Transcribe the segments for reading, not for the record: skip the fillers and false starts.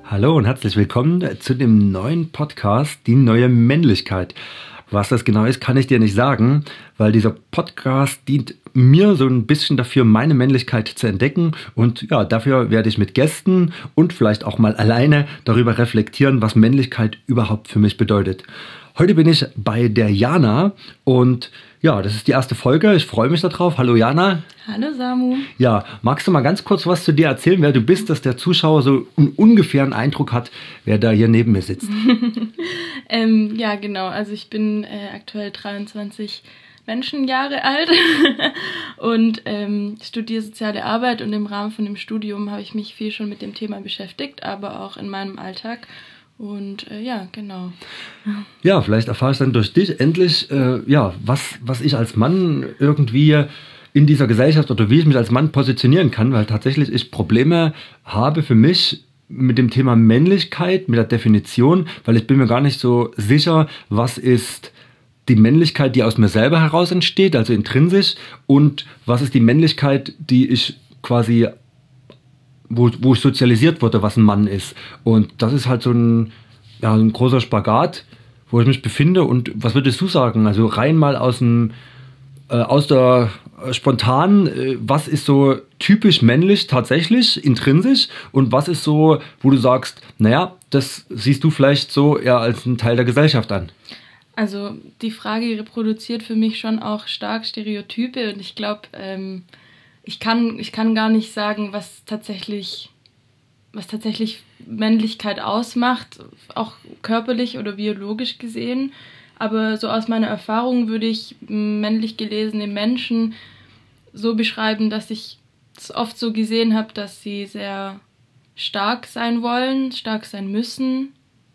Hallo und herzlich willkommen zu dem neuen Podcast, die neue Männlichkeit. Was das genau ist, kann ich dir nicht sagen, weil dieser Podcast dient mir so ein bisschen dafür, meine Männlichkeit zu entdecken. Und ja, dafür werde ich mit Gästen und vielleicht auch mal alleine darüber reflektieren, was Männlichkeit überhaupt für mich bedeutet. Heute bin ich bei der Jana und ja, das ist die erste Folge. Ich freue mich darauf. Hallo Jana. Hallo Samu. Ja, magst du mal ganz kurz was zu dir erzählen, wer du bist, dass der Zuschauer so einen ungefähren Eindruck hat, wer da hier neben mir sitzt? Ja, genau. Also ich bin aktuell 23 Menschenjahre alt und studiere soziale Arbeit, und im Rahmen von dem Studium habe ich mich viel schon mit dem Thema beschäftigt, aber auch in meinem Alltag. Und ja, genau. Ja, vielleicht erfahre ich dann durch dich endlich, was ich als Mann irgendwie in dieser Gesellschaft oder wie ich mich als Mann positionieren kann, weil tatsächlich ich Probleme habe für mich mit dem Thema Männlichkeit, mit der Definition, weil ich bin mir gar nicht so sicher, was ist die Männlichkeit, die aus mir selber heraus entsteht, also intrinsisch, und was ist die Männlichkeit, die ich quasi wo ich sozialisiert wurde, was ein Mann ist. Und das ist halt so ein großer Spagat, wo ich mich befinde. Und was würdest du sagen? Also rein mal aus der spontan, was ist so typisch männlich tatsächlich, intrinsisch, und was ist so, wo du sagst, naja, das siehst du vielleicht so eher als einen Teil der Gesellschaft an? Also die Frage reproduziert für mich schon auch stark Stereotype, und ich glaube, ich kann gar nicht sagen, was tatsächlich Männlichkeit ausmacht, auch körperlich oder biologisch gesehen. Aber so aus meiner Erfahrung würde ich männlich gelesene Menschen so beschreiben, dass ich es oft so gesehen habe, dass sie sehr stark sein wollen, stark sein müssen.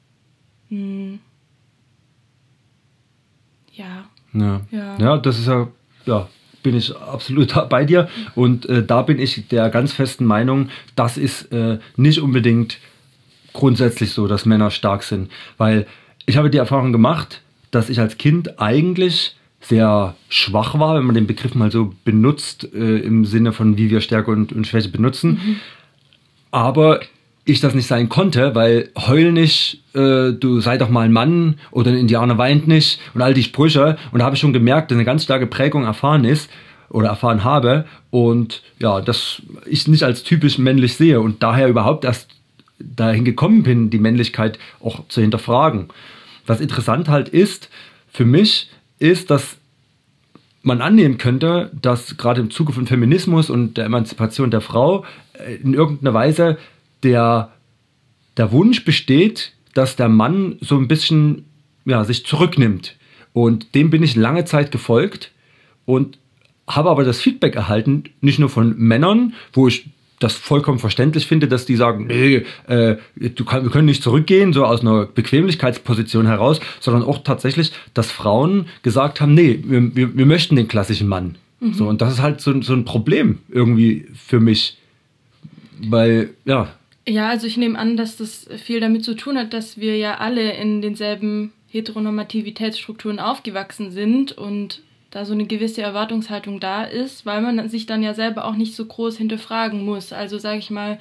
Ja, das ist ja, bin ich absolut bei dir, und da bin ich der ganz festen Meinung, das ist nicht unbedingt grundsätzlich so, dass Männer stark sind, weil ich habe die Erfahrung gemacht, dass ich als Kind eigentlich sehr schwach war, wenn man den Begriff mal so benutzt, im Sinne von wie wir Stärke und Schwäche benutzen, aber ich das nicht sein konnte, weil heul nicht, du sei doch mal ein Mann, oder ein Indianer weint nicht und all die Sprüche, und da habe ich schon gemerkt, dass eine ganz starke Prägung erfahren habe, und ja, dass ich nicht als typisch männlich sehe und daher überhaupt erst dahin gekommen bin, die Männlichkeit auch zu hinterfragen. Was interessant halt ist, für mich ist, dass man annehmen könnte, dass gerade im Zuge von Feminismus und der Emanzipation der Frau in irgendeiner Weise der Wunsch besteht, dass der Mann so ein bisschen sich zurücknimmt. Und dem bin ich lange Zeit gefolgt und habe aber das Feedback erhalten, nicht nur von Männern, wo ich das vollkommen verständlich finde, dass die sagen, nee, wir können nicht zurückgehen, so aus einer Bequemlichkeitsposition heraus, sondern auch tatsächlich, dass Frauen gesagt haben, nee, wir möchten den klassischen Mann. So, und das ist halt so ein Problem irgendwie für mich, weil, ja. Ja, also ich nehme an, dass das viel damit zu tun hat, dass wir ja alle in denselben Heteronormativitätsstrukturen aufgewachsen sind und da so eine gewisse Erwartungshaltung da ist, weil man sich dann ja selber auch nicht so groß hinterfragen muss. Also sage ich mal,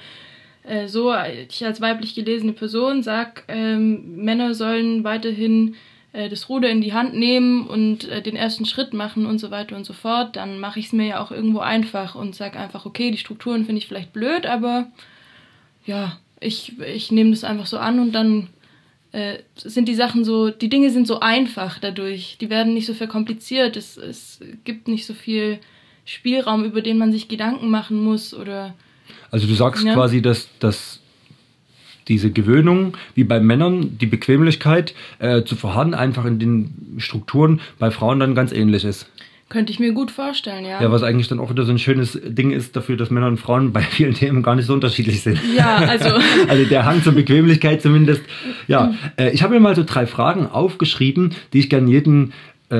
ich als weiblich gelesene Person sage, Männer sollen weiterhin das Ruder in die Hand nehmen und den ersten Schritt machen und so weiter und so fort, dann mache ich es mir ja auch irgendwo einfach und sage einfach, okay, die Strukturen finde ich vielleicht blöd, aber ja, ich nehme das einfach so an, und dann sind die Sachen so, die Dinge sind so einfach dadurch, die werden nicht so verkompliziert, es gibt nicht so viel Spielraum, über den man sich Gedanken machen muss, oder... Also du sagst quasi, dass diese Gewöhnung, wie bei Männern, die Bequemlichkeit zu verharren, einfach in den Strukturen bei Frauen dann ganz ähnlich ist. Könnte ich mir gut vorstellen, ja. Ja, was eigentlich dann auch wieder so ein schönes Ding ist dafür, dass Männer und Frauen bei vielen Themen gar nicht so unterschiedlich sind. Ja, also... Also der Hang zur Bequemlichkeit zumindest. Ja, ich habe mir mal so 3 Fragen aufgeschrieben, die ich gerne jeden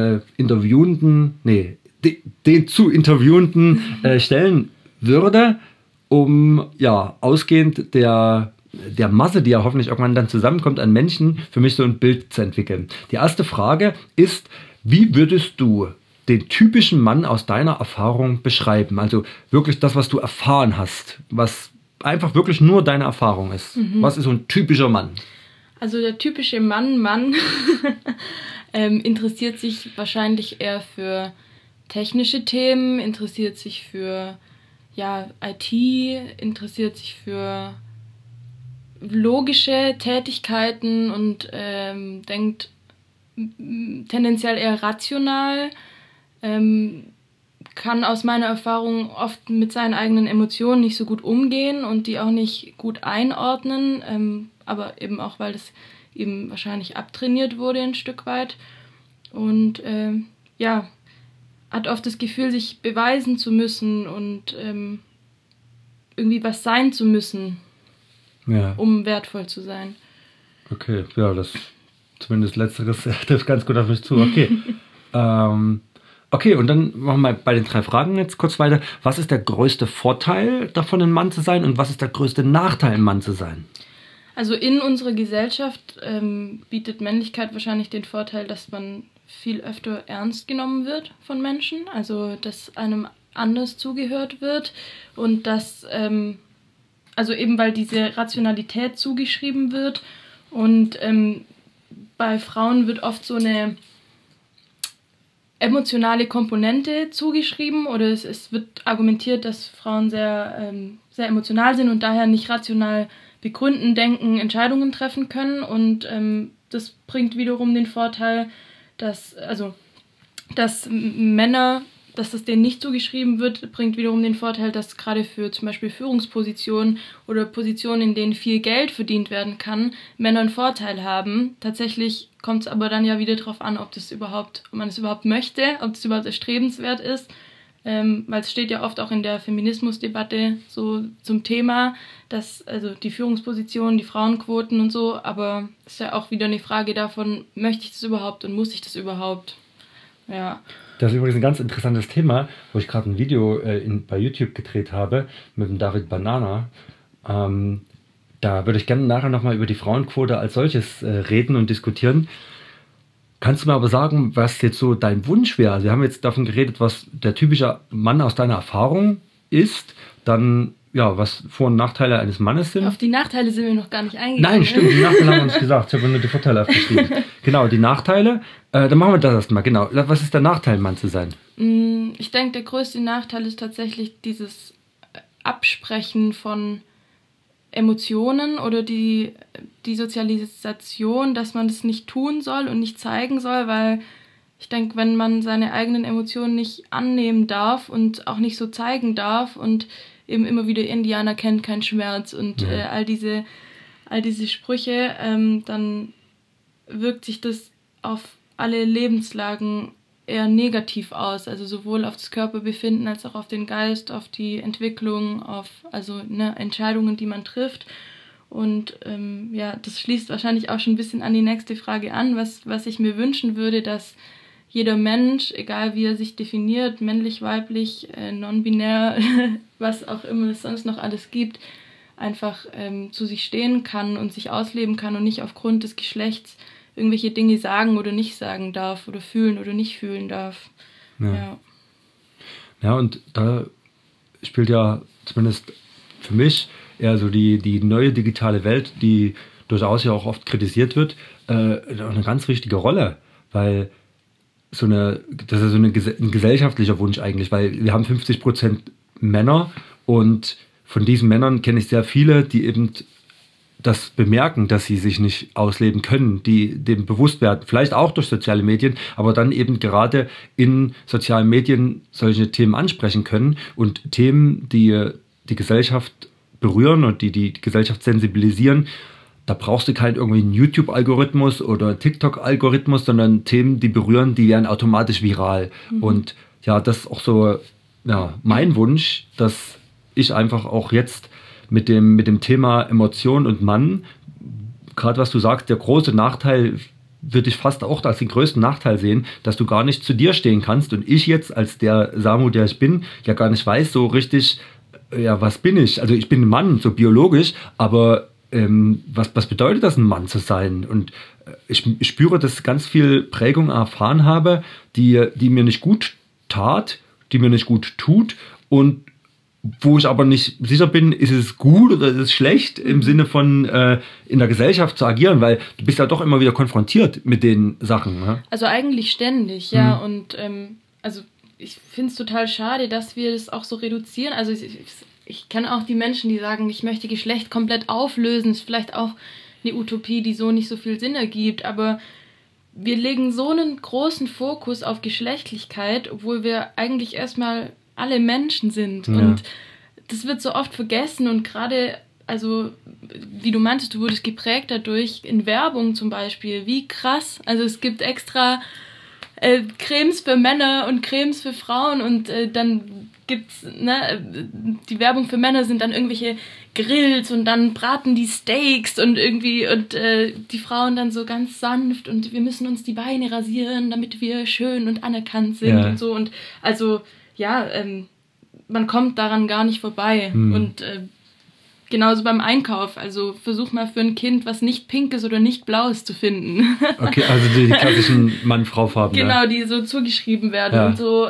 den zu Interviewenden stellen würde, um ausgehend der Masse, die ja hoffentlich irgendwann dann zusammenkommt an Menschen, für mich so ein Bild zu entwickeln. Die erste Frage ist, wie würdest du den typischen Mann aus deiner Erfahrung beschreiben? Also wirklich das, was du erfahren hast, was einfach wirklich nur deine Erfahrung ist. Was ist so ein typischer Mann? Also der typische Mann interessiert sich wahrscheinlich eher für technische Themen, interessiert sich für IT, interessiert sich für logische Tätigkeiten und denkt tendenziell eher rational, kann aus meiner Erfahrung oft mit seinen eigenen Emotionen nicht so gut umgehen und die auch nicht gut einordnen, aber eben auch, weil das eben wahrscheinlich abtrainiert wurde ein Stück weit und hat oft das Gefühl, sich beweisen zu müssen und irgendwie was sein zu müssen, um wertvoll zu sein. Okay, ja, das zumindest Letzteres trifft ganz gut auf mich zu. Okay. Okay, und dann machen wir bei den 3 Fragen jetzt kurz weiter. Was ist der größte Vorteil davon, ein Mann zu sein und was ist der größte Nachteil, ein Mann zu sein? Also in unserer Gesellschaft bietet Männlichkeit wahrscheinlich den Vorteil, dass man viel öfter ernst genommen wird von Menschen, also dass einem anders zugehört wird und dass, also eben weil diese Rationalität zugeschrieben wird und bei Frauen wird oft so eine emotionale Komponente zugeschrieben oder es wird argumentiert, dass Frauen sehr, sehr emotional sind und daher nicht rational begründen, denken, Entscheidungen treffen können und das bringt wiederum den Vorteil, dass Männer, dass das denen nicht zugeschrieben wird, bringt wiederum den Vorteil, dass gerade für zum Beispiel Führungspositionen oder Positionen, in denen viel Geld verdient werden kann, Männer einen Vorteil haben. Tatsächlich kommt es aber dann ja wieder darauf an, ob man es überhaupt möchte, ob es überhaupt erstrebenswert ist. Weil es steht ja oft auch in der Feminismusdebatte so zum Thema, dass also die Führungspositionen, die Frauenquoten und so, aber es ist ja auch wieder eine Frage davon, möchte ich das überhaupt und muss ich das überhaupt? Ja. Das ist übrigens ein ganz interessantes Thema, wo ich gerade ein Video bei YouTube gedreht habe mit dem David Banana. Da würde ich gerne nachher nochmal über die Frauenquote als solches reden und diskutieren. Kannst du mir aber sagen, was jetzt so dein Wunsch wäre? Also wir haben jetzt davon geredet, was der typische Mann aus deiner Erfahrung ist, dann was Vor- und Nachteile eines Mannes sind. Auf die Nachteile sind wir noch gar nicht eingegangen. Nein, stimmt, die Nachteile haben wir nicht gesagt. Ich habe nur die Vorteile aufgeschrieben. Genau, die Nachteile. Dann machen wir das erstmal. Genau. Was ist der Nachteil, Mann zu sein? Ich denke, der größte Nachteil ist tatsächlich dieses Absprechen von Emotionen oder die Sozialisation, dass man das nicht tun soll und nicht zeigen soll, weil ich denke, wenn man seine eigenen Emotionen nicht annehmen darf und auch nicht so zeigen darf und eben immer wieder Indianer kennt keinen Schmerz und all diese Sprüche, dann wirkt sich das auf alle Lebenslagen eher negativ aus, also sowohl auf das Körperbefinden als auch auf den Geist, auf die Entwicklung, auf Entscheidungen, die man trifft. Und das schließt wahrscheinlich auch schon ein bisschen an die nächste Frage an, was ich mir wünschen würde, dass jeder Mensch, egal wie er sich definiert, männlich, weiblich, non-binär, was auch immer es sonst noch alles gibt, einfach zu sich stehen kann und sich ausleben kann und nicht aufgrund des Geschlechts irgendwelche Dinge sagen oder nicht sagen darf oder fühlen oder nicht fühlen darf. Ja, und da spielt ja zumindest für mich eher so die neue digitale Welt, die durchaus ja auch oft kritisiert wird, eine ganz wichtige Rolle, weil das ist so ein gesellschaftlicher Wunsch eigentlich, weil wir haben 50% Männer und von diesen Männern kenne ich sehr viele, die eben das bemerken, dass sie sich nicht ausleben können, die dem bewusst werden, vielleicht auch durch soziale Medien, aber dann eben gerade in sozialen Medien solche Themen ansprechen können und Themen, die die Gesellschaft berühren und die Gesellschaft sensibilisieren. Da brauchst du keinen irgendwie einen YouTube-Algorithmus oder TikTok-Algorithmus, sondern Themen, die berühren, die werden automatisch viral. Und ja, das ist auch so mein Wunsch, dass ich einfach auch jetzt mit dem Thema Emotion und Mann, gerade was du sagst, der große Nachteil würde ich fast auch als den größten Nachteil sehen, dass du gar nicht zu dir stehen kannst und ich jetzt als der Samu, der ich bin, ja gar nicht weiß so richtig, was bin ich? Also ich bin ein Mann, so biologisch, aber was bedeutet das, ein Mann zu sein? Und ich spüre, dass ich ganz viel Prägung erfahren habe, die mir nicht gut tat, die mir nicht gut tut und wo ich aber nicht sicher bin, ist es gut oder ist es schlecht im Sinne von in der Gesellschaft zu agieren, weil du bist ja doch immer wieder konfrontiert mit den Sachen. Ne? Also eigentlich ständig, ja. Und also ich finde es total schade, dass wir das auch so reduzieren. Also ich kenne auch die Menschen, die sagen, ich möchte Geschlecht komplett auflösen. Das ist vielleicht auch eine Utopie, die so nicht so viel Sinn ergibt, aber wir legen so einen großen Fokus auf Geschlechtlichkeit, obwohl wir eigentlich erstmal alle Menschen sind. Ja. Und das wird so oft vergessen und gerade, also wie du meintest, du wurdest geprägt dadurch, in Werbung zum Beispiel, wie krass. Also es gibt extra Cremes für Männer und Cremes für Frauen und dann gibt's, ne, die Werbung für Männer sind dann irgendwelche Grills und dann braten die Steaks und irgendwie und die Frauen dann so ganz sanft und wir müssen uns die Beine rasieren, damit wir schön und anerkannt sind und so und also ja, man kommt daran gar nicht vorbei und genauso beim Einkauf, also versuch mal für ein Kind was nicht Pinkes oder nicht Blaues zu finden. Okay, also die klassischen Mann-Frau-Farben. Genau, die so zugeschrieben werden und so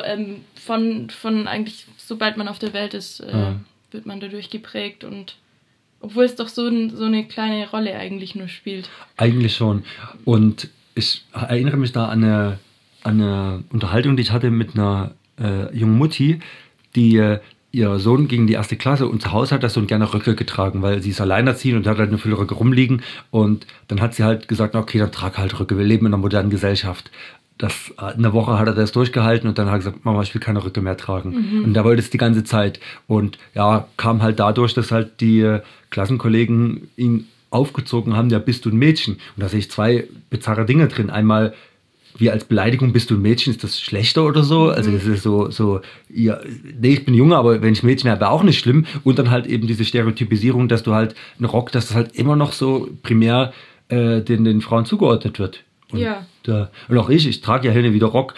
von eigentlich, sobald man auf der Welt ist, wird man dadurch geprägt und obwohl es doch so eine kleine Rolle eigentlich nur spielt. Eigentlich schon. Und ich erinnere mich da an eine Unterhaltung, die ich hatte mit einer jungen Mutti, die ihr Sohn ging in die 1. Klasse und zu Hause hat der Sohn gerne Röcke getragen, weil sie ist alleinerziehend und hat halt nur viele Röcke rumliegen. Und dann hat sie halt gesagt, okay, dann trag halt Röcke, wir leben in einer modernen Gesellschaft. Eine Woche hat er das durchgehalten und dann hat er gesagt, Mama, ich will keine Röcke mehr tragen. Und er wollte es die ganze Zeit. Und ja, kam halt dadurch, dass halt die Klassenkollegen ihn aufgezogen haben, ja, bist du ein Mädchen? Und da sehe ich 2 bizarre Dinge drin. Einmal, wie als Beleidigung, bist du ein Mädchen, ist das schlechter oder so? Also das ist so ja, nee, ich bin Junge, aber wenn ich Mädchen wäre, wäre auch nicht schlimm. Und dann halt eben diese Stereotypisierung, dass du halt einen Rock, dass das halt immer noch so primär den Frauen zugeordnet wird. Und, ja. Und auch ich trage ja hin und wieder Rock.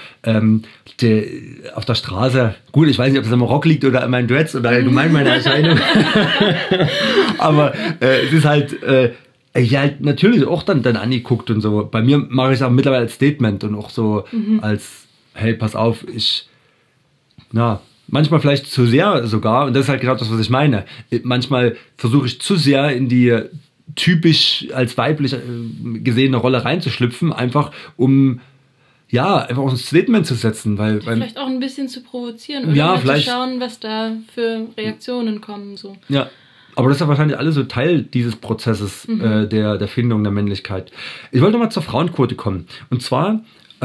Auf der Straße, gut, ich weiß nicht, ob das am Rock liegt oder an meinen Dreads oder allgemein meine Erscheinung. Aber es ist halt... ich halt natürlich auch dann angeguckt und so. Bei mir mache ich es auch mittlerweile als Statement und auch so als, hey, pass auf, manchmal vielleicht zu sehr sogar, und das ist halt genau das, was ich meine. Manchmal versuche ich zu sehr in die typisch als weiblich gesehene Rolle reinzuschlüpfen, einfach um einfach ein Statement zu setzen. Weil vielleicht auch ein bisschen zu provozieren oder zu schauen, was da für Reaktionen kommen. So. Ja. Aber das ist ja wahrscheinlich alles so Teil dieses Prozesses der Findung der Männlichkeit. Ich wollte mal zur Frauenquote kommen. Und zwar,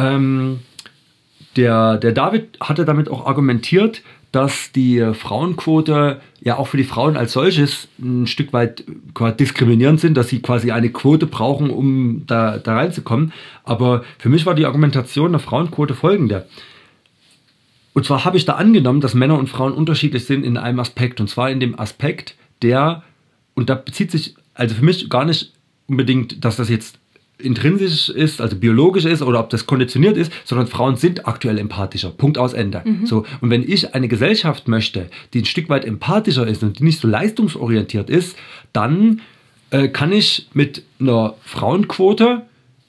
der David hatte damit auch argumentiert, dass die Frauenquote ja auch für die Frauen als solches ein Stück weit diskriminierend sind, dass sie quasi eine Quote brauchen, um da reinzukommen. Aber für mich war die Argumentation der Frauenquote folgende. Und zwar habe ich da angenommen, dass Männer und Frauen unterschiedlich sind in einem Aspekt. Und zwar in dem Aspekt, und da bezieht sich also für mich gar nicht unbedingt, dass das jetzt intrinsisch ist, also biologisch ist oder ob das konditioniert ist, sondern Frauen sind aktuell empathischer. Punkt, aus, Ende. So, und wenn ich eine Gesellschaft möchte, die ein Stück weit empathischer ist und die nicht so leistungsorientiert ist, dann kann ich mit einer Frauenquote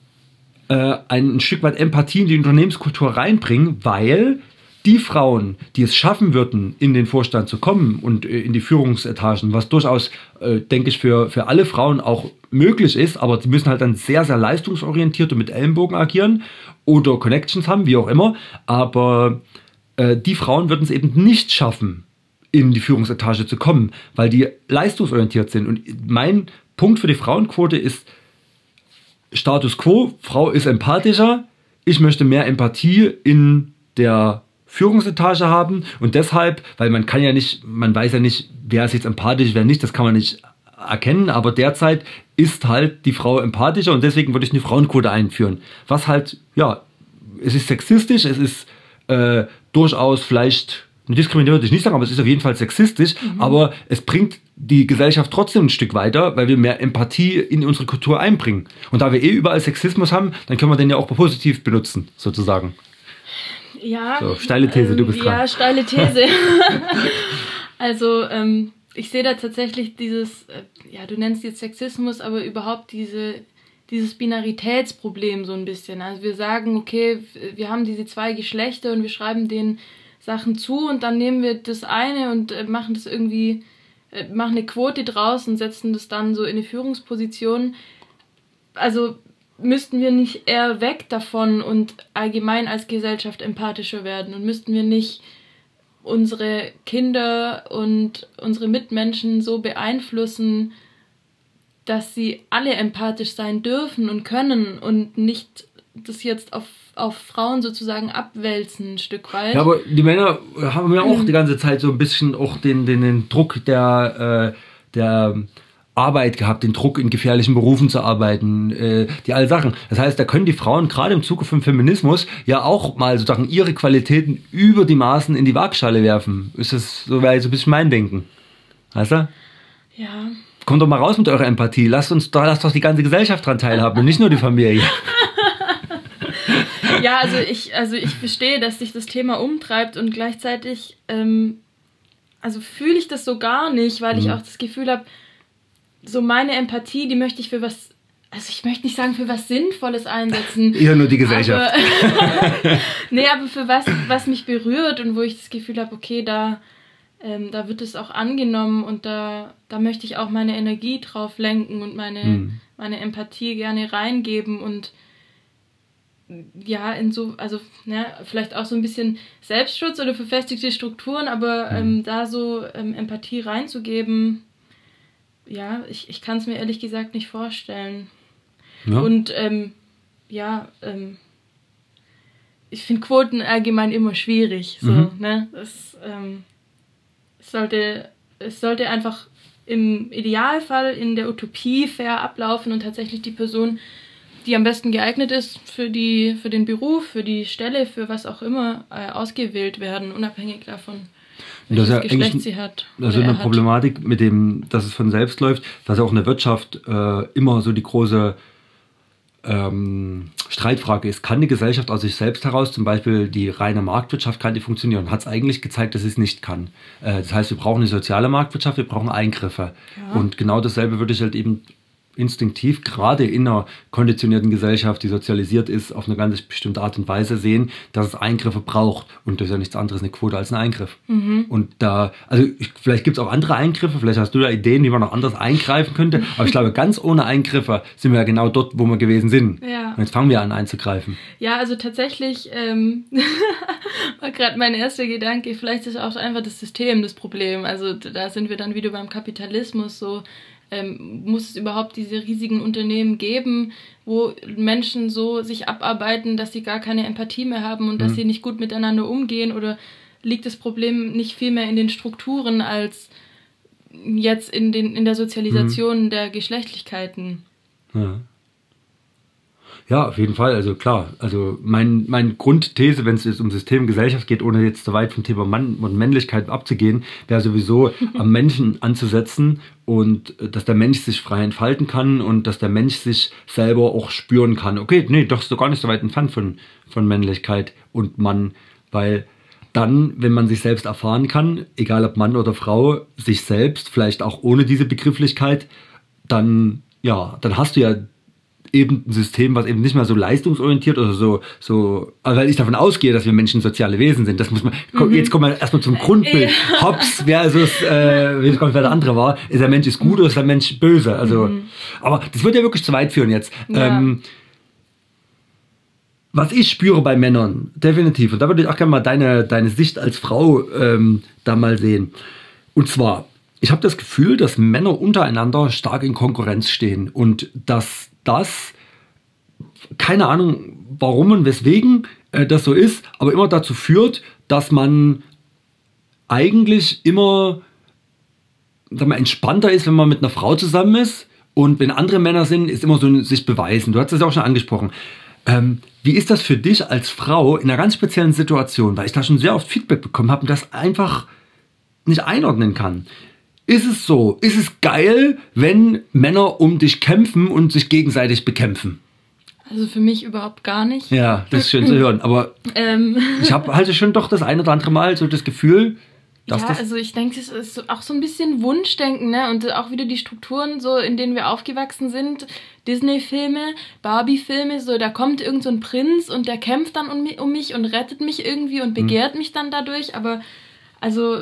ein Stück weit Empathie in die Unternehmenskultur reinbringen, weil die Frauen, die es schaffen würden, in den Vorstand zu kommen und in die Führungsetagen, was durchaus, denke ich, für alle Frauen auch möglich ist, aber sie müssen halt dann sehr, sehr leistungsorientiert und mit Ellenbogen agieren oder Connections haben, wie auch immer, aber die Frauen würden es eben nicht schaffen, in die Führungsetage zu kommen, weil die leistungsorientiert sind. Und mein Punkt für die Frauenquote ist Status quo, Frau ist empathischer, ich möchte mehr Empathie in der Führungsetage haben und deshalb, weil man weiß ja nicht, wer ist jetzt empathisch, wer nicht, das kann man nicht erkennen, aber derzeit ist halt die Frau empathischer und deswegen würde ich eine Frauenquote einführen. Was halt, es ist sexistisch, es ist durchaus vielleicht, diskriminierend würde ich nicht sagen, aber es ist auf jeden Fall sexistisch, aber es bringt die Gesellschaft trotzdem ein Stück weiter, weil wir mehr Empathie in unsere Kultur einbringen. Und da wir überall Sexismus haben, dann können wir den ja auch positiv benutzen, sozusagen. Ja. So, steile These, du bist dran. Ja, steile These. Also, ich sehe da tatsächlich dieses, du nennst jetzt Sexismus, aber überhaupt dieses Binaritätsproblem so ein bisschen. Also wir sagen, okay, wir haben diese 2 Geschlechter und wir schreiben denen Sachen zu und dann nehmen wir das eine und machen das irgendwie, machen eine Quote draus und setzen das dann so in eine Führungsposition. Also müssten wir nicht eher weg davon und allgemein als Gesellschaft empathischer werden und müssten wir nicht unsere Kinder und unsere Mitmenschen so beeinflussen, dass sie alle empathisch sein dürfen und können und nicht das jetzt auf Frauen sozusagen abwälzen ein Stück weit. Ja, aber die Männer haben ja auch die ganze Zeit so ein bisschen auch den Druck der Arbeit gehabt, den Druck in gefährlichen Berufen zu arbeiten, die alle Sachen. Das heißt, da können die Frauen gerade im Zuge vom Feminismus ja auch mal sozusagen ihre Qualitäten über die Maßen in die Waagschale werfen. Ist das so, wäre so ein bisschen mein Denken. Weißt du? Ja. Kommt doch mal raus mit eurer Empathie. Lasst doch die ganze Gesellschaft dran teilhaben und nicht nur die Familie. Ja, also ich verstehe, dass sich das Thema umtreibt und gleichzeitig also fühle ich das so gar nicht, weil ich auch das Gefühl habe, so meine Empathie, die möchte ich für was, also ich möchte nicht sagen für was Sinnvolles einsetzen. Eher nur die Gesellschaft. Aber für was mich berührt und wo ich das Gefühl habe, okay, da wird es auch angenommen und da möchte ich auch meine Energie drauf lenken und meine Empathie gerne reingeben und ja, vielleicht auch so ein bisschen Selbstschutz oder verfestigte Strukturen, aber da so Empathie reinzugeben, ja, ich kann es mir ehrlich gesagt nicht vorstellen. Ja. Und ich finde Quoten allgemein immer schwierig. So, ne? Es sollte einfach im Idealfall in der Utopie fair ablaufen und tatsächlich die Person, die am besten geeignet ist für den Beruf, für die Stelle, für was auch immer, ausgewählt werden, unabhängig davon, welches Geschlecht sie hat. Das ist eine Problematik mit dem, dass es von selbst läuft, dass auch in der Wirtschaft immer so die große Streitfrage ist, kann die Gesellschaft aus sich selbst heraus, zum Beispiel die reine Marktwirtschaft, kann die funktionieren? Hat es eigentlich gezeigt, dass es nicht kann. Das heißt, wir brauchen eine soziale Marktwirtschaft, wir brauchen Eingriffe. Ja. Und genau dasselbe würde ich halt eben instinktiv, gerade in einer konditionierten Gesellschaft, die sozialisiert ist, auf eine ganz bestimmte Art und Weise sehen, dass es Eingriffe braucht. Und das ist ja nichts anderes eine Quote als ein Eingriff. Und vielleicht gibt es auch andere Eingriffe, vielleicht hast du da Ideen, wie man noch anders eingreifen könnte, aber ich glaube, ganz ohne Eingriffe sind wir ja genau dort, wo wir gewesen sind. Ja. Und jetzt fangen wir an einzugreifen. Ja, also tatsächlich war gerade mein erster Gedanke, vielleicht ist auch einfach das System das Problem. Also da sind wir dann wieder beim Kapitalismus so. Muss es überhaupt diese riesigen Unternehmen geben, wo Menschen so sich abarbeiten, dass sie gar keine Empathie mehr haben und dass sie nicht gut miteinander umgehen? Oder liegt das Problem nicht viel mehr in den Strukturen als jetzt in der Sozialisation der Geschlechtlichkeiten? Ja, auf jeden Fall. Also klar, also meine Grundthese, wenn es jetzt um System, Gesellschaft geht, ohne jetzt so weit vom Thema Mann und Männlichkeit abzugehen, wäre sowieso am Menschen anzusetzen und dass der Mensch sich frei entfalten kann und dass der Mensch sich selber auch spüren kann. Okay, nee, doch ist doch gar nicht so weit entfernt von Männlichkeit und Mann, weil dann, wenn man sich selbst erfahren kann, egal ob Mann oder Frau, sich selbst, vielleicht auch ohne diese Begrifflichkeit, dann hast du ja eben ein System, was eben nicht mehr so leistungsorientiert oder so, weil ich davon ausgehe, dass wir Menschen soziale Wesen sind. Das muss man, jetzt kommen wir erstmal zum Grundbild. Hobbes versus, wer der andere war, ist der Mensch ist gut oder ist der Mensch böse? Also, aber das wird ja wirklich zu weit führen jetzt. Ja. Was ich spüre bei Männern, definitiv, und da würde ich auch gerne mal deine Sicht als Frau da mal sehen. Und zwar, ich habe das Gefühl, dass Männer untereinander stark in Konkurrenz stehen und dass das, keine Ahnung warum und weswegen das so ist, aber immer dazu führt, dass man eigentlich immer entspannter ist, wenn man mit einer Frau zusammen ist und wenn andere Männer sind, ist immer so ein sich beweisen. Du hast das ja auch schon angesprochen. Wie ist das für dich als Frau in einer ganz speziellen Situation, weil ich da schon sehr oft Feedback bekommen habe und das einfach nicht einordnen kann? Ist es so? Ist es geil, wenn Männer um dich kämpfen und sich gegenseitig bekämpfen? Also für mich überhaupt gar nicht. Ja, das ist schön zu hören. Aber ich habe halt schon doch das ein oder andere Mal so das Gefühl, Also ich denke, es ist auch so ein bisschen Wunschdenken, ne? Und auch wieder die Strukturen, so in denen wir aufgewachsen sind. Disney-Filme, Barbie-Filme, so da kommt irgend so ein Prinz und der kämpft dann um mich und rettet mich irgendwie und begehrt mich dann dadurch. Aber also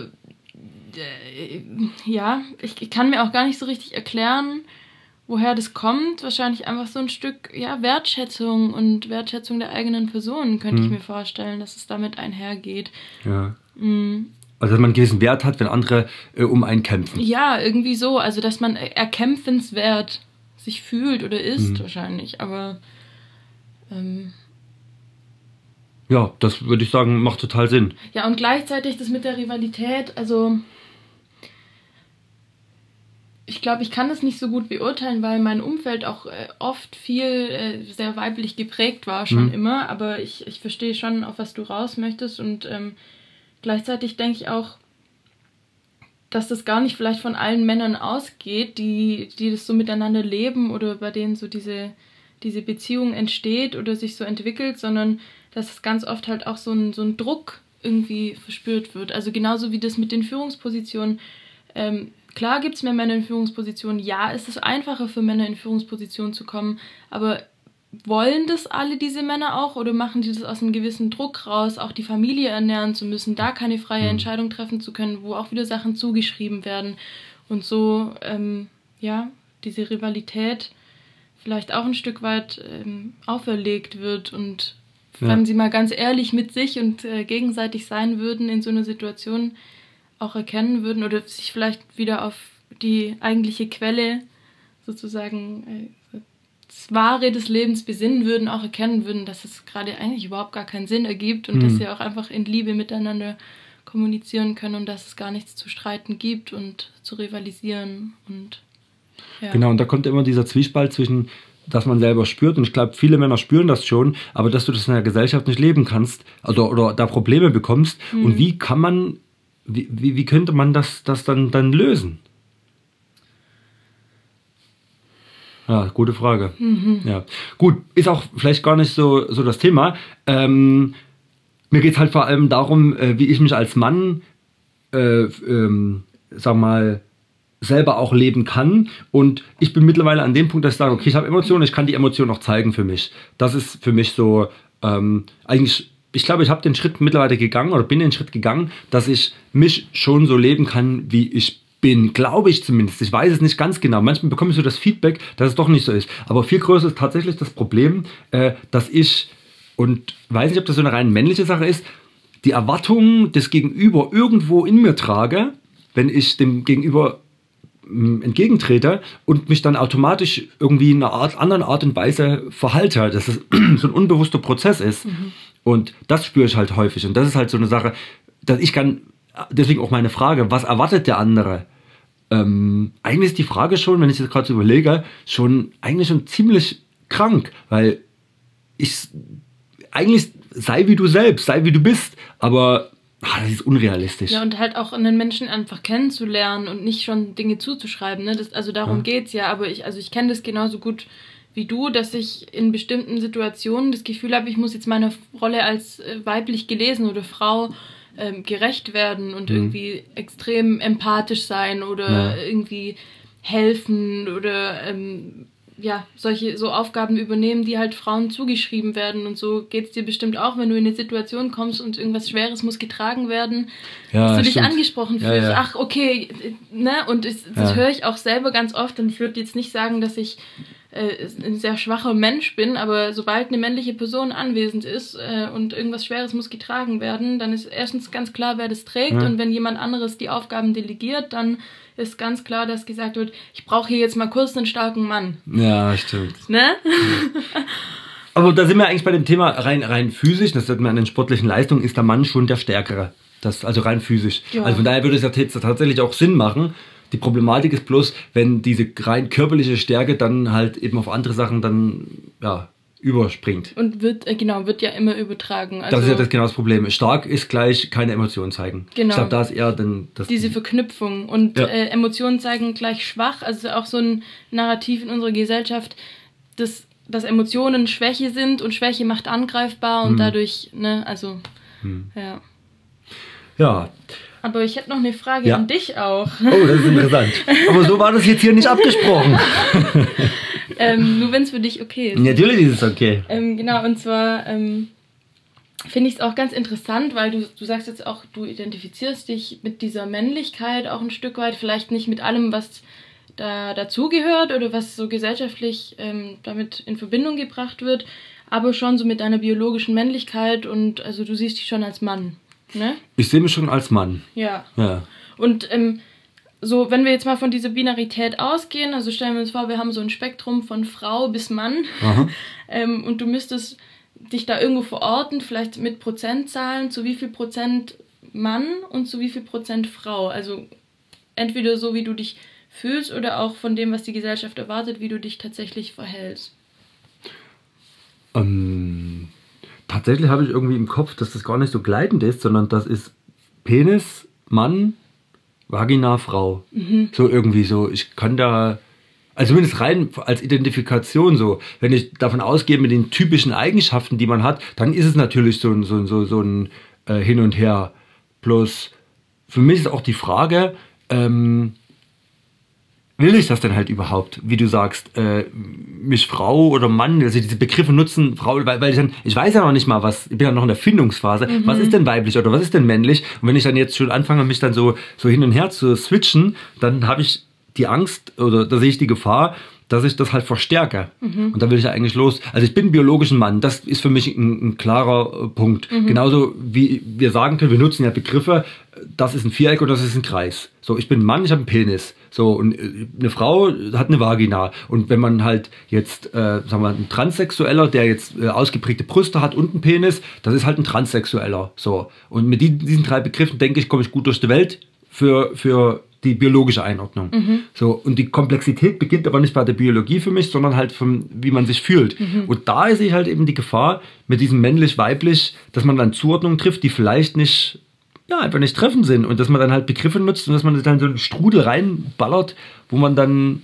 ich kann mir auch gar nicht so richtig erklären, woher das kommt. Wahrscheinlich einfach so ein Stück Wertschätzung und Wertschätzung der eigenen Person, könnte ich mir vorstellen, dass es damit einhergeht. Ja. Also, dass man einen gewissen Wert hat, wenn andere um einen kämpfen. Ja, irgendwie so. Also, dass man erkämpfenswert sich fühlt oder ist, wahrscheinlich. Aber, ja, das würde ich sagen, macht total Sinn. Ja, und gleichzeitig das mit der Rivalität, also ich glaube, ich kann das nicht so gut beurteilen, weil mein Umfeld auch oft viel sehr weiblich geprägt war, schon immer. Aber ich verstehe schon, auf was du raus möchtest. Und gleichzeitig denke ich auch, dass das gar nicht vielleicht von allen Männern ausgeht, die das so miteinander leben oder bei denen so diese Beziehung entsteht oder sich so entwickelt, sondern dass es ganz oft halt auch so ein Druck irgendwie verspürt wird. Also genauso wie das mit den Führungspositionen. Klar gibt es mehr Männer in Führungspositionen. Ja, es ist einfacher für Männer in Führungspositionen zu kommen, aber wollen das alle diese Männer auch oder machen die das aus einem gewissen Druck raus, auch die Familie ernähren zu müssen, da keine freie Entscheidung treffen zu können, wo auch wieder Sachen zugeschrieben werden und so, diese Rivalität vielleicht auch ein Stück weit auferlegt wird und wenn sie mal ganz ehrlich mit sich und gegenseitig sein würden in so einer Situation, auch erkennen würden oder sich vielleicht wieder auf die eigentliche Quelle sozusagen das Wahre des Lebens besinnen würden, auch erkennen würden, dass es gerade eigentlich überhaupt gar keinen Sinn ergibt und dass sie auch einfach in Liebe miteinander kommunizieren können und dass es gar nichts zu streiten gibt und zu rivalisieren. Und ja. Genau, und da kommt immer dieser Zwiespalt zwischen, dass man selber spürt, und ich glaube, viele Männer spüren das schon, aber dass du das in der Gesellschaft nicht leben kannst, also, oder da Probleme bekommst. Und wie kann man, wie könnte man das dann lösen? Ja, gute Frage. Ja. Gut, ist auch vielleicht gar nicht so das Thema. Mir geht es halt vor allem darum, wie ich mich als Mann, sag mal, selber auch leben kann. Und ich bin mittlerweile an dem Punkt, dass ich sage, okay, ich habe Emotionen, ich kann die Emotionen auch zeigen für mich. Das ist für mich so, eigentlich, ich glaube, ich habe den Schritt mittlerweile gegangen oder bin den Schritt gegangen, dass ich mich schon so leben kann, wie ich bin, glaube ich zumindest. Ich weiß es nicht ganz genau. Manchmal bekomme ich so das Feedback, dass es doch nicht so ist. Aber viel größer ist tatsächlich das Problem, dass ich, und weiß nicht, ob das so eine rein männliche Sache ist, die Erwartungen des Gegenüber irgendwo in mir trage, wenn ich dem Gegenüber entgegentrete und mich dann automatisch irgendwie in einer anderen Art und Weise verhalte, dass es so ein unbewusster Prozess ist. Und das spüre ich halt häufig. Und das ist halt so eine Sache, dass ich kann, deswegen auch meine Frage, was erwartet der andere? Eigentlich ist die Frage schon, wenn ich das gerade so überlege, eigentlich schon ziemlich krank, weil eigentlich sei wie du selbst, sei wie du bist, aber das ist unrealistisch. Ja, und halt auch einen Menschen einfach kennenzulernen und nicht schon Dinge zuzuschreiben, ne? Also darum geht's ja, aber ich kenne das genauso gut wie du, dass ich in bestimmten Situationen das Gefühl habe, ich muss jetzt meiner Rolle als weiblich gelesen oder Frau gerecht werden und irgendwie extrem empathisch sein oder irgendwie helfen oder solche Aufgaben übernehmen, die halt Frauen zugeschrieben werden. Und so geht es dir bestimmt auch, wenn du in eine Situation kommst und irgendwas Schweres muss getragen werden, dass du dich angesprochen fühlst. Ja. Ach, okay, ne? Und das höre ich auch selber ganz oft. Und ich würde jetzt nicht sagen, dass ich ein sehr schwacher Mensch bin, aber sobald eine männliche Person anwesend ist und irgendwas Schweres muss getragen werden, dann ist erstens ganz klar, wer das trägt. Und wenn jemand anderes die Aufgaben delegiert, dann ist ganz klar, dass gesagt wird, ich brauche hier jetzt mal kurz einen starken Mann. Ja, stimmt. Ne? Aber da sind wir eigentlich bei dem Thema rein physisch, das sieht man an den sportlichen Leistungen, ist der Mann schon der Stärkere. Das, also rein physisch. Ja. Also von daher würde es ja tatsächlich auch Sinn machen. Die Problematik ist bloß, wenn diese rein körperliche Stärke dann halt eben auf andere Sachen dann überspringt. Und wird ja immer übertragen. Also das ist ja genau das Problem. Stark ist gleich keine Emotionen zeigen. Genau. Ich glaube, da ist eher dann diese Verknüpfung. Und Emotionen zeigen gleich schwach. Also auch so ein Narrativ in unserer Gesellschaft, dass Emotionen Schwäche sind und Schwäche macht angreifbar und dadurch, ne, also, ja. Ja, Aber ich hätte noch eine Frage an dich auch. Oh, das ist interessant. Aber so war das jetzt hier nicht abgesprochen. Nur wenn es für dich okay ist. Natürlich ist es okay. Genau, und zwar finde ich es auch ganz interessant, weil du sagst jetzt auch, du identifizierst dich mit dieser Männlichkeit auch ein Stück weit, vielleicht nicht mit allem, was da dazugehört oder was so gesellschaftlich damit in Verbindung gebracht wird, aber schon so mit deiner biologischen Männlichkeit und also du siehst dich schon als Mann, ne? Ich sehe mich schon als Mann. Ja. Und so, wenn wir jetzt mal von dieser Binarität ausgehen, also stellen wir uns vor, wir haben so ein Spektrum von Frau bis Mann und du müsstest dich da irgendwo verorten, vielleicht mit Prozentzahlen, zu wie viel Prozent Mann und zu wie viel Prozent Frau. Also entweder so, wie du dich fühlst oder auch von dem, was die Gesellschaft erwartet, wie du dich tatsächlich verhältst. Tatsächlich habe ich irgendwie im Kopf, dass das gar nicht so gleitend ist, sondern das ist Penis, Mann, Vagina, Frau. So irgendwie so. Ich kann da, also zumindest rein als Identifikation so, wenn ich davon ausgehe mit den typischen Eigenschaften, die man hat, dann ist es natürlich so ein Hin und Her. Plus für mich ist auch die Frage, will ich das denn halt überhaupt, wie du sagst, mich Frau oder Mann, also diese Begriffe nutzen, Frau, weil ich weiß ja noch nicht mal, ich bin ja noch in der Findungsphase, was ist denn weiblich oder was ist denn männlich? Und wenn ich dann jetzt schon anfange, mich dann so hin und her zu switchen, dann habe ich die Angst oder da sehe ich die Gefahr, dass ich das halt verstärke. Und da will ich ja eigentlich los. Also ich bin ein biologischer Mann, das ist für mich ein klarer Punkt. Genauso wie wir sagen können, wir nutzen ja Begriffe, das ist ein Viereck oder das ist ein Kreis. So, ich bin ein Mann, ich habe einen Penis. So, und eine Frau hat eine Vagina. Und wenn man halt jetzt, sagen wir mal, ein Transsexueller, der jetzt ausgeprägte Brüste hat und einen Penis, das ist halt ein Transsexueller. So. Und mit diesen 3 Begriffen, denke ich, komme ich gut durch die Welt für die biologische Einordnung. So, und die Komplexität beginnt aber nicht bei der Biologie für mich, sondern halt wie man sich fühlt. Und da sehe ich halt eben die Gefahr mit diesem männlich-weiblich, dass man dann Zuordnungen trifft, die vielleicht einfach nicht treffend sind und dass man dann halt Begriffe nutzt und dass man dann so einen Strudel reinballert, wo man dann,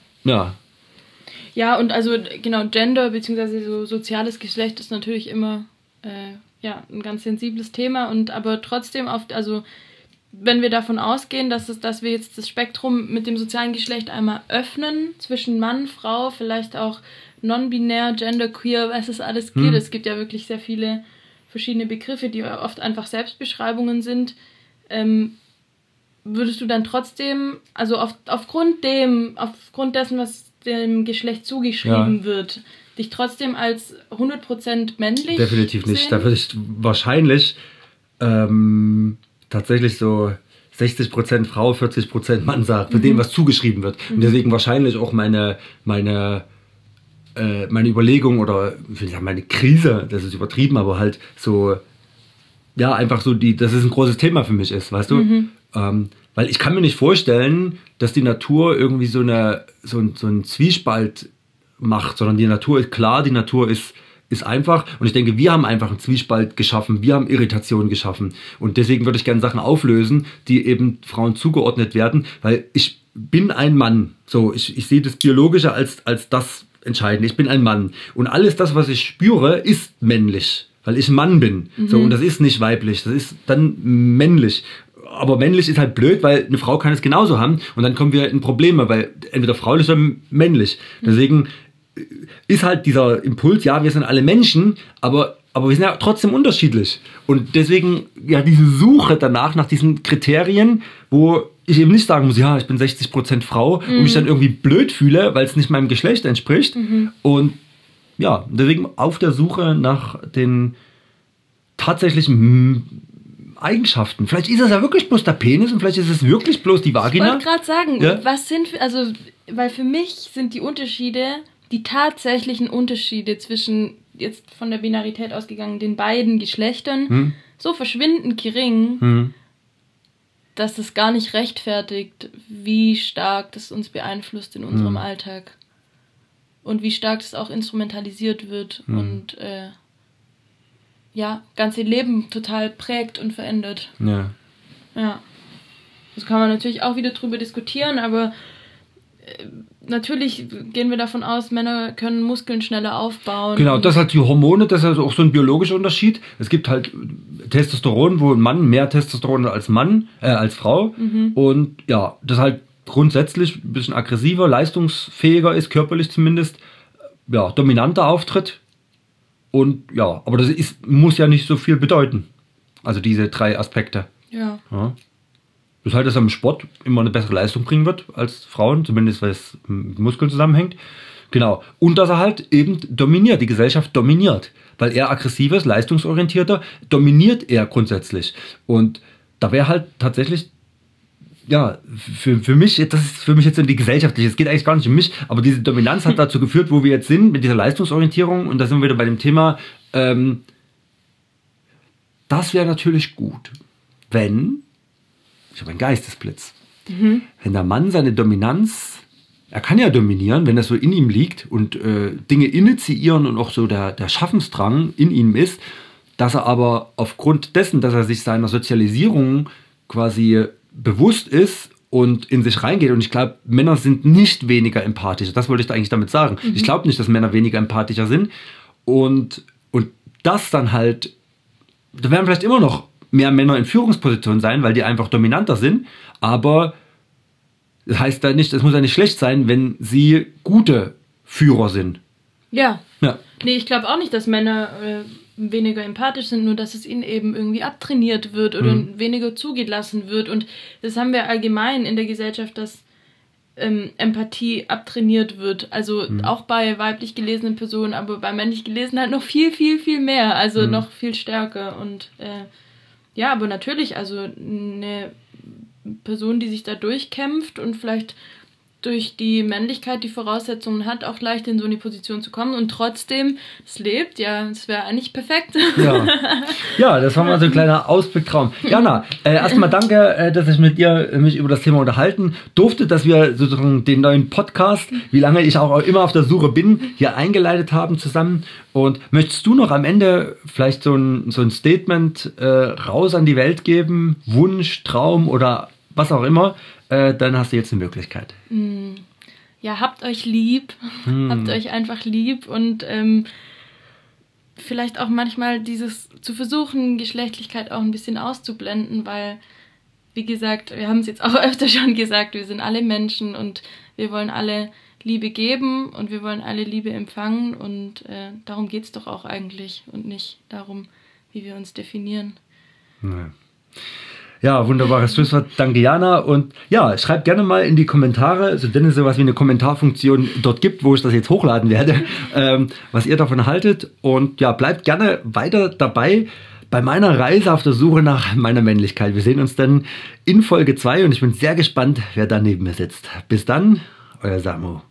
Ja, und also genau, Gender bzw. so soziales Geschlecht ist natürlich immer ein ganz sensibles Thema und aber trotzdem oft, also wenn wir davon ausgehen, dass wir jetzt das Spektrum mit dem sozialen Geschlecht einmal öffnen, zwischen Mann, Frau, vielleicht auch non-binär, genderqueer, was es alles gibt. Es gibt ja wirklich sehr viele verschiedene Begriffe, die oft einfach Selbstbeschreibungen sind. Würdest du dann trotzdem, also aufgrund dessen, was dem Geschlecht zugeschrieben wird, dich trotzdem als 100% männlich definitiv nicht. sehen? Da würde ich wahrscheinlich tatsächlich so 60% Frau, 40% Mann sagt, für den was zugeschrieben wird. Und deswegen wahrscheinlich auch meine Überlegung oder ich will nicht sagen, meine Krise, das ist übertrieben, aber halt so, einfach so dass es ein großes Thema für mich ist, weißt du? Weil ich kann mir nicht vorstellen, dass die Natur irgendwie so einen Zwiespalt macht, sondern die Natur ist klar, die Natur ist einfach und ich denke, wir haben einfach einen Zwiespalt geschaffen, wir haben Irritationen geschaffen und deswegen würde ich gerne Sachen auflösen, die eben Frauen zugeordnet werden, weil ich bin ein Mann, so, ich sehe das Biologische als das Entscheidende, ich bin ein Mann und alles das, was ich spüre, ist männlich, weil ich ein Mann bin, so, und das ist nicht weiblich, das ist dann männlich. Aber männlich ist halt blöd, weil eine Frau kann es genauso haben und dann kommen wir in Probleme, weil entweder fraulich oder männlich. Deswegen ist halt dieser Impuls, wir sind alle Menschen, aber wir sind ja trotzdem unterschiedlich. Und deswegen diese Suche danach, nach diesen Kriterien, wo ich eben nicht sagen muss, ich bin 60% Frau und mich dann irgendwie blöd fühle, weil es nicht meinem Geschlecht entspricht. Und deswegen auf der Suche nach den tatsächlichen Eigenschaften. Vielleicht ist es ja wirklich bloß der Penis und vielleicht ist es wirklich bloß die Vagina. Ich wollte gerade sagen, weil für mich sind die tatsächlichen Unterschiede zwischen, jetzt von der Binarität ausgegangen, den beiden Geschlechtern so verschwindend gering, dass es gar nicht rechtfertigt, wie stark das uns beeinflusst in unserem Alltag. Und wie stark das auch instrumentalisiert wird und ganze Leben total prägt und verändert. Ja. Das kann man natürlich auch wieder drüber diskutieren, aber natürlich gehen wir davon aus, Männer können Muskeln schneller aufbauen. Genau, das hat die Hormone, das ist also auch so ein biologischer Unterschied. Es gibt halt Testosteron, wo ein Mann mehr Testosteron hat als Frau. Und ja, das halt grundsätzlich ein bisschen aggressiver, leistungsfähiger ist, körperlich zumindest, ja, dominanter auftritt. Und ja, aber muss ja nicht so viel bedeuten. Also diese 3 Aspekte. Ja. Das halt, dass er im Sport immer eine bessere Leistung bringen wird als Frauen, zumindest weil es mit Muskeln zusammenhängt. Genau. Und dass er halt eben dominiert, die Gesellschaft dominiert. Weil er aggressiv ist, leistungsorientierter, dominiert er grundsätzlich. Und da wäre halt tatsächlich, ja, für mich, das ist für mich jetzt die gesellschaftliche, es geht eigentlich gar nicht um mich, aber diese Dominanz hat dazu geführt, wo wir jetzt sind, mit dieser Leistungsorientierung. Und da sind wir wieder bei dem Thema, das wäre natürlich gut, wenn, ich habe einen Geistesblitz, wenn der Mann seine Dominanz, er kann ja dominieren, wenn das so in ihm liegt und Dinge initiieren und auch so der Schaffensdrang in ihm ist, dass er aber aufgrund dessen, dass er sich seiner Sozialisierung quasi bewusst ist und in sich reingeht. Und ich glaube, Männer sind nicht weniger empathischer. Das wollte ich da eigentlich damit sagen. Ich glaube nicht, dass Männer weniger empathischer sind. Und das dann halt, da werden vielleicht immer noch mehr Männer in Führungspositionen sein, weil die einfach dominanter sind. Aber das heißt da nicht, es muss ja nicht schlecht sein, wenn sie gute Führer sind. Ja. Nee, ich glaube auch nicht, dass Männer weniger empathisch sind, nur dass es ihnen eben irgendwie abtrainiert wird oder weniger zugelassen wird. Und das haben wir allgemein in der Gesellschaft, dass Empathie abtrainiert wird. Also auch bei weiblich gelesenen Personen, aber bei männlich gelesenen halt noch viel, viel, viel mehr. Also noch viel stärker. Und ja, aber natürlich, also eine Person, die sich da durchkämpft und vielleicht durch die Männlichkeit die Voraussetzungen hat, auch leicht in so eine Position zu kommen und trotzdem es lebt, ja, es wäre eigentlich perfekt. Ja, das war mal so ein kleiner Ausblicktraum. Jana, erstmal danke, dass ich mit dir mich über das Thema unterhalten durfte, dass wir sozusagen den neuen Podcast, wie lange ich auch immer auf der Suche bin, hier eingeleitet haben zusammen. Und möchtest du noch am Ende vielleicht so ein Statement raus an die Welt geben, Wunsch, Traum oder was auch immer, dann hast du jetzt eine Möglichkeit. Ja, habt euch lieb, habt euch einfach lieb und vielleicht auch manchmal dieses zu versuchen, Geschlechtlichkeit auch ein bisschen auszublenden, weil, wie gesagt, wir haben es jetzt auch öfter schon gesagt, wir sind alle Menschen und wir wollen alle Liebe geben und wir wollen alle Liebe empfangen und darum geht es doch auch eigentlich und nicht darum, wie wir uns definieren. Ja, wunderbares Schlusswort. Danke, Jana. Und ja, schreibt gerne mal in die Kommentare, also wenn es sowas wie eine Kommentarfunktion dort gibt, wo ich das jetzt hochladen werde, was ihr davon haltet. Und ja, bleibt gerne weiter dabei bei meiner Reise auf der Suche nach meiner Männlichkeit. Wir sehen uns dann in Folge 2 und ich bin sehr gespannt, wer da neben mir sitzt. Bis dann, euer Samu.